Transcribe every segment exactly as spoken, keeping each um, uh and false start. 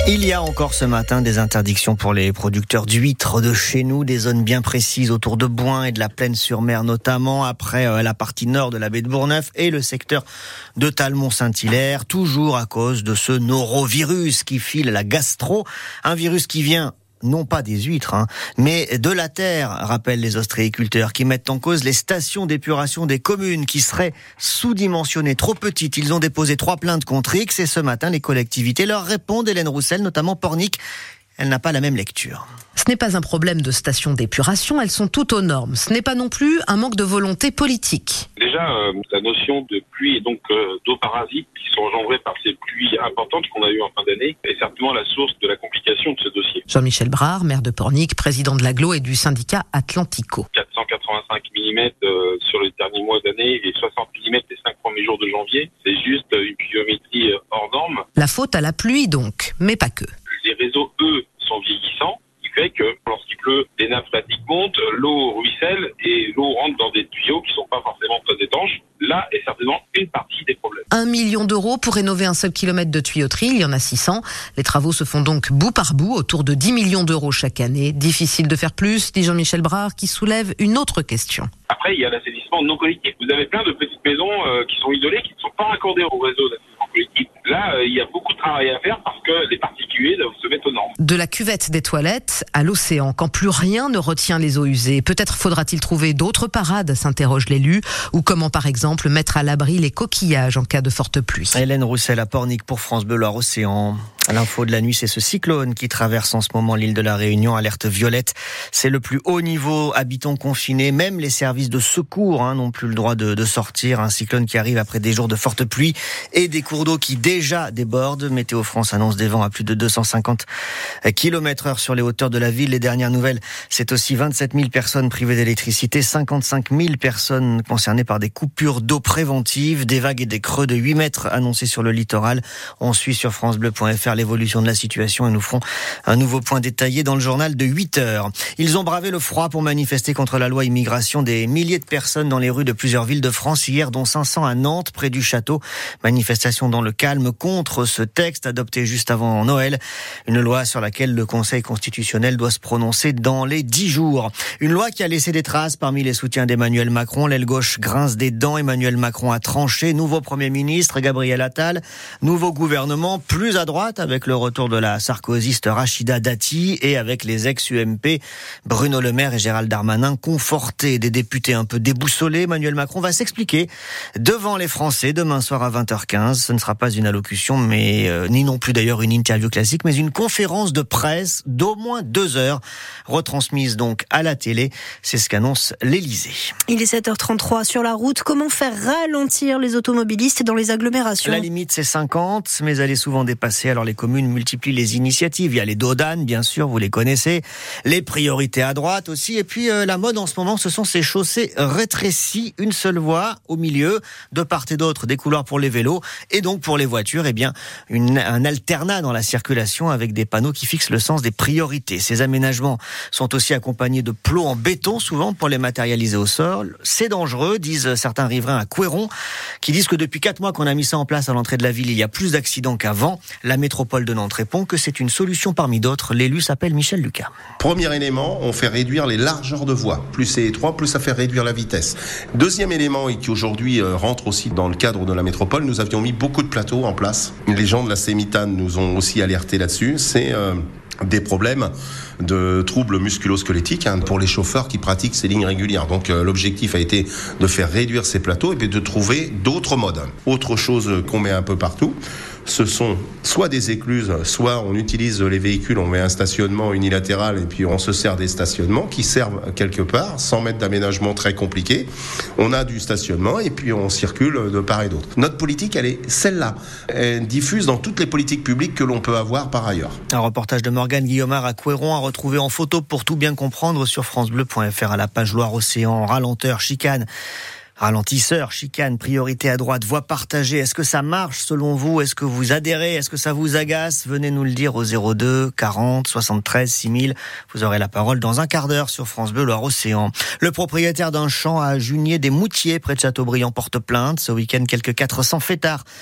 Il y a encore ce matin des interdictions pour les producteurs d'huîtres de chez nous, des zones bien précises autour de Bouin et de la Plaine-sur-Mer notamment, après euh, la partie nord de la baie de Bourgneuf et le secteur de Talmont-Saint-Hilaire, toujours à cause de ce norovirus qui file la gastro, un virus qui vient non pas des huîtres, hein, mais de la terre, rappellent les ostréiculteurs, qui mettent en cause les stations d'épuration des communes qui seraient sous-dimensionnées, trop petites. Ils ont déposé trois plaintes contre X et ce matin, les collectivités leur répondent. Hélène Roussel, notamment Pornic, elle n'a pas la même lecture. Ce n'est pas un problème de stations d'épuration, elles sont toutes aux normes. Ce n'est pas non plus un manque de volonté politique. Déjà, euh, la notion de pluie et donc euh, d'eau parasite qui sont engendrées par ces pluies importantes qu'on a eues en fin d'année est certainement la source de la complication de ce dossier. Jean-Michel Brard, maire de Pornic, président de l'Agglo et du syndicat Atlantico. quatre cent quatre-vingt-cinq millimètres euh, sur les derniers mois d'année et soixante millimètres les cinq premiers jours de janvier. C'est juste euh, une pluviométrie euh, hors norme. La faute à la pluie donc, mais pas que. Les réseaux, eux, sont vieillissants. Fait que lorsqu'il pleut, les nappes phréatiques montent, l'eau ruisselle et l'eau rentre dans des tuyaux qui sont pas forcément très étanches. Là est certainement une partie des problèmes. Un million d'euros pour rénover un seul kilomètre de tuyauterie, il y en a six cents. Les travaux se font donc bout par bout, autour de dix millions d'euros chaque année. Difficile de faire plus, dit Jean-Michel Brard, qui soulève une autre question. Après, il y a l'assainissement non collectif. Vous avez plein de petites maisons euh, qui sont isolées, qui ne sont pas raccordées au réseau d'assainissement collectif. Là, euh, il y a beaucoup de travail à faire parce que les particuliers doivent se mettre aux normes. De la cuvette des toilettes à l'océan, quand plus rien ne retient les eaux usées. Peut-être faudra-t-il trouver d'autres parades, s'interroge l'élu, ou comment par exemple mettre à l'abri les coquillages en cas de forte pluie. Hélène Roussel à Pornic pour France Bleu Loire-Océan. À l'info de la nuit, c'est ce cyclone qui traverse en ce moment l'île de la Réunion, alerte violette. C'est le plus haut niveau, habitants confinés, même les services de secours hein, n'ont plus le droit de, de sortir. Un cyclone qui arrive après des jours de forte pluie et des cours d'eau qui déjà débordent. Météo France annonce des vents à plus de deux cent cinquante kilomètres heure sur les hauteurs de la ville. Les dernières nouvelles, c'est aussi vingt-sept mille personnes privées d'électricité, cinquante-cinq mille personnes concernées par des coupures d'eau préventives, des vagues et des creux de huit mètres annoncés sur le littoral. On suit sur francebleu point f r l'évolution de la situation et nous ferons un nouveau point détaillé dans le journal de huit heures. Ils ont bravé le froid pour manifester contre la loi immigration. Des milliers de personnes dans les rues de plusieurs villes de France hier, dont cinq cents à Nantes, près du château. Manifestation dans le calme contre ce texte adopté juste avant Noël. Une loi sur laquelle le Conseil constitutionnel doit se prononcer dans les dix jours. Une loi qui a laissé des traces parmi les soutiens d'Emmanuel Macron. L'aile gauche grince des dents. Emmanuel Macron a tranché. Nouveau Premier ministre, Gabriel Attal. Nouveau gouvernement, plus à droite, avec le retour de la sarkozyste Rachida Dati et avec les ex-U M P Bruno Le Maire et Gérald Darmanin confortés. Des députés un peu déboussolés. Emmanuel Macron va s'expliquer devant les Français demain soir à vingt heures quinze. Ce ne sera pas une allocution, mais euh, ni non plus d'ailleurs une interview classique, mais une conférence de presse d'au moins deux heures, retransmise donc à la télé. C'est ce qu'annonce l'Élysée. Il est sept heures trente-trois sur la route. Comment faire ralentir les automobilistes dans les agglomérations ? La limite, c'est cinquante, mais elle est souvent dépassée. Alors les communes multiplient les initiatives. Il y a les dodanes, bien sûr, vous les connaissez. Les priorités à droite aussi. Et puis euh, la mode en ce moment, ce sont ces chaussées rétrécies, une seule voie au milieu, de part et d'autre des couloirs pour les vélos et donc pour les voitures, eh bien une, un alternat dans la circulation avec des panneaux qui fixent le sens des priorités. Ces aménagements sont aussi accompagnés de plots en béton, souvent pour les matérialiser au sol. C'est dangereux, disent certains riverains à Couéron, qui disent que depuis quatre mois qu'on a mis ça en place à l'entrée de la ville, il y a plus d'accidents qu'avant. La métropole de Nantes répond que c'est une solution parmi d'autres. L'élu s'appelle Michel Lucas. Premier élément, on fait réduire les largeurs de voies. Plus c'est étroit, plus ça fait réduire la vitesse. Deuxième élément, et qui aujourd'hui euh, rentre aussi dans le cadre de la métropole, nous avions mis beaucoup de plateaux en place. Les gens de la Sémitane nous ont aussi alerté là-dessus. C'est euh, des problèmes de troubles musculo-squelettiques hein, pour les chauffeurs qui pratiquent ces lignes régulières. Donc euh, l'objectif a été de faire réduire ces plateaux et puis de trouver d'autres modes. Autre chose qu'on met un peu partout, ce sont soit des écluses, soit on utilise les véhicules, on met un stationnement unilatéral et puis on se sert des stationnements qui servent quelque part, cent mètres d'aménagement très compliqué. On a du stationnement et puis on circule de part et d'autre. Notre politique, elle est celle-là. Elle diffuse dans toutes les politiques publiques que l'on peut avoir par ailleurs. Un reportage de Morgane Guillaumard à Couéron à retrouver en photo pour tout bien comprendre sur francebleu point f r à la page Loire-Océan. Ralenteur, chicane. Ralentisseur, chicane, priorité à droite, voie partagée. Est-ce que ça marche selon vous ? Est-ce que vous adhérez ? Est-ce que ça vous agace ? Venez nous le dire au zéro deux quarante soixante-treize six mille. Vous aurez la parole dans un quart d'heure sur France Bleu Loire-Océan. Le propriétaire d'un champ à Junier des Moutiers près de Châteaubriand porte plainte. Ce week-end, quelques quatre cents fêtards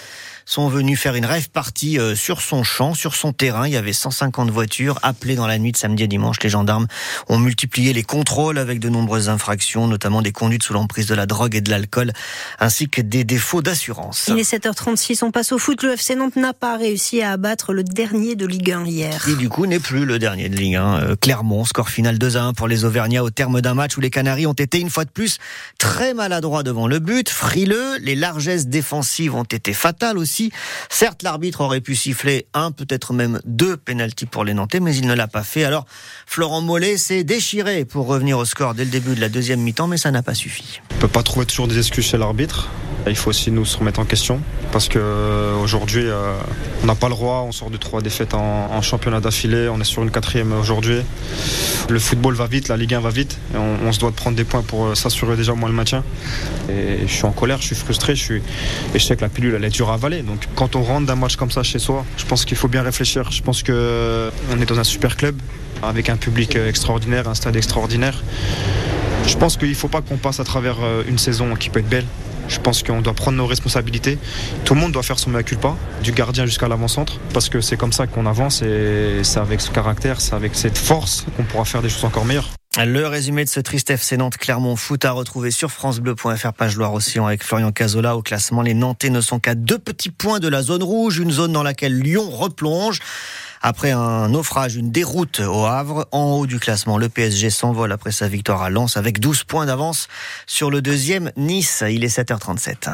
sont venus faire une rave party sur son champ, sur son terrain. Il y avait cent cinquante voitures appelées dans la nuit de samedi à dimanche. Les gendarmes ont multiplié les contrôles avec de nombreuses infractions, notamment des conduites sous l'emprise de la drogue et de l'alcool, ainsi que des défauts d'assurance. Il est sept heures trente-six, on passe au foot. Le F C Nantes n'a pas réussi à abattre le dernier de Ligue un hier. Et du coup n'est plus le dernier de Ligue un. Euh, Clermont, score final deux à un pour les Auvergnats au terme d'un match où les Canaries ont été une fois de plus très maladroits devant le but, frileux, les largesses défensives ont été fatales aussi. Certes, l'arbitre aurait pu siffler un, peut-être même deux pénaltys pour les Nantais, mais il ne l'a pas fait. Alors, Florent Mollet s'est déchiré pour revenir au score dès le début de la deuxième mi-temps, mais ça n'a pas suffi. On ne peut pas trouver toujours des excuses chez l'arbitre. Il faut aussi nous se remettre en question parce qu'aujourd'hui, euh, on n'a pas le droit. On sort de trois défaites en, en championnat d'affilée. On est sur une quatrième aujourd'hui. Le football va vite, la Ligue un va vite. Et on, on se doit de prendre des points pour s'assurer déjà moins le maintien. Et je suis en colère, je suis frustré. Je suis, et je sais que la pilule, elle est dure à avaler. Donc quand on rentre d'un match comme ça chez soi, je pense qu'il faut bien réfléchir. Je pense qu'on est dans un super club avec un public extraordinaire, un stade extraordinaire. Je pense qu'il ne faut pas qu'on passe à travers une saison qui peut être belle. Je pense qu'on doit prendre nos responsabilités. Tout le monde doit faire son mea culpa, du gardien jusqu'à l'avant-centre, parce que c'est comme ça qu'on avance et c'est avec ce caractère, c'est avec cette force qu'on pourra faire des choses encore meilleures. Le résumé de ce triste F C Nantes Clermont Foot à retrouver sur francebleu point f r, page Loire-Océan, avec Florian Cazzola. Au classement, les Nantais ne sont qu'à deux petits points de la zone rouge, une zone dans laquelle Lyon replonge. Après un naufrage, une déroute au Havre, en haut du classement, le P S G s'envole après sa victoire à Lens avec douze points d'avance sur le deuxième Nice. Il est sept heures trente-sept.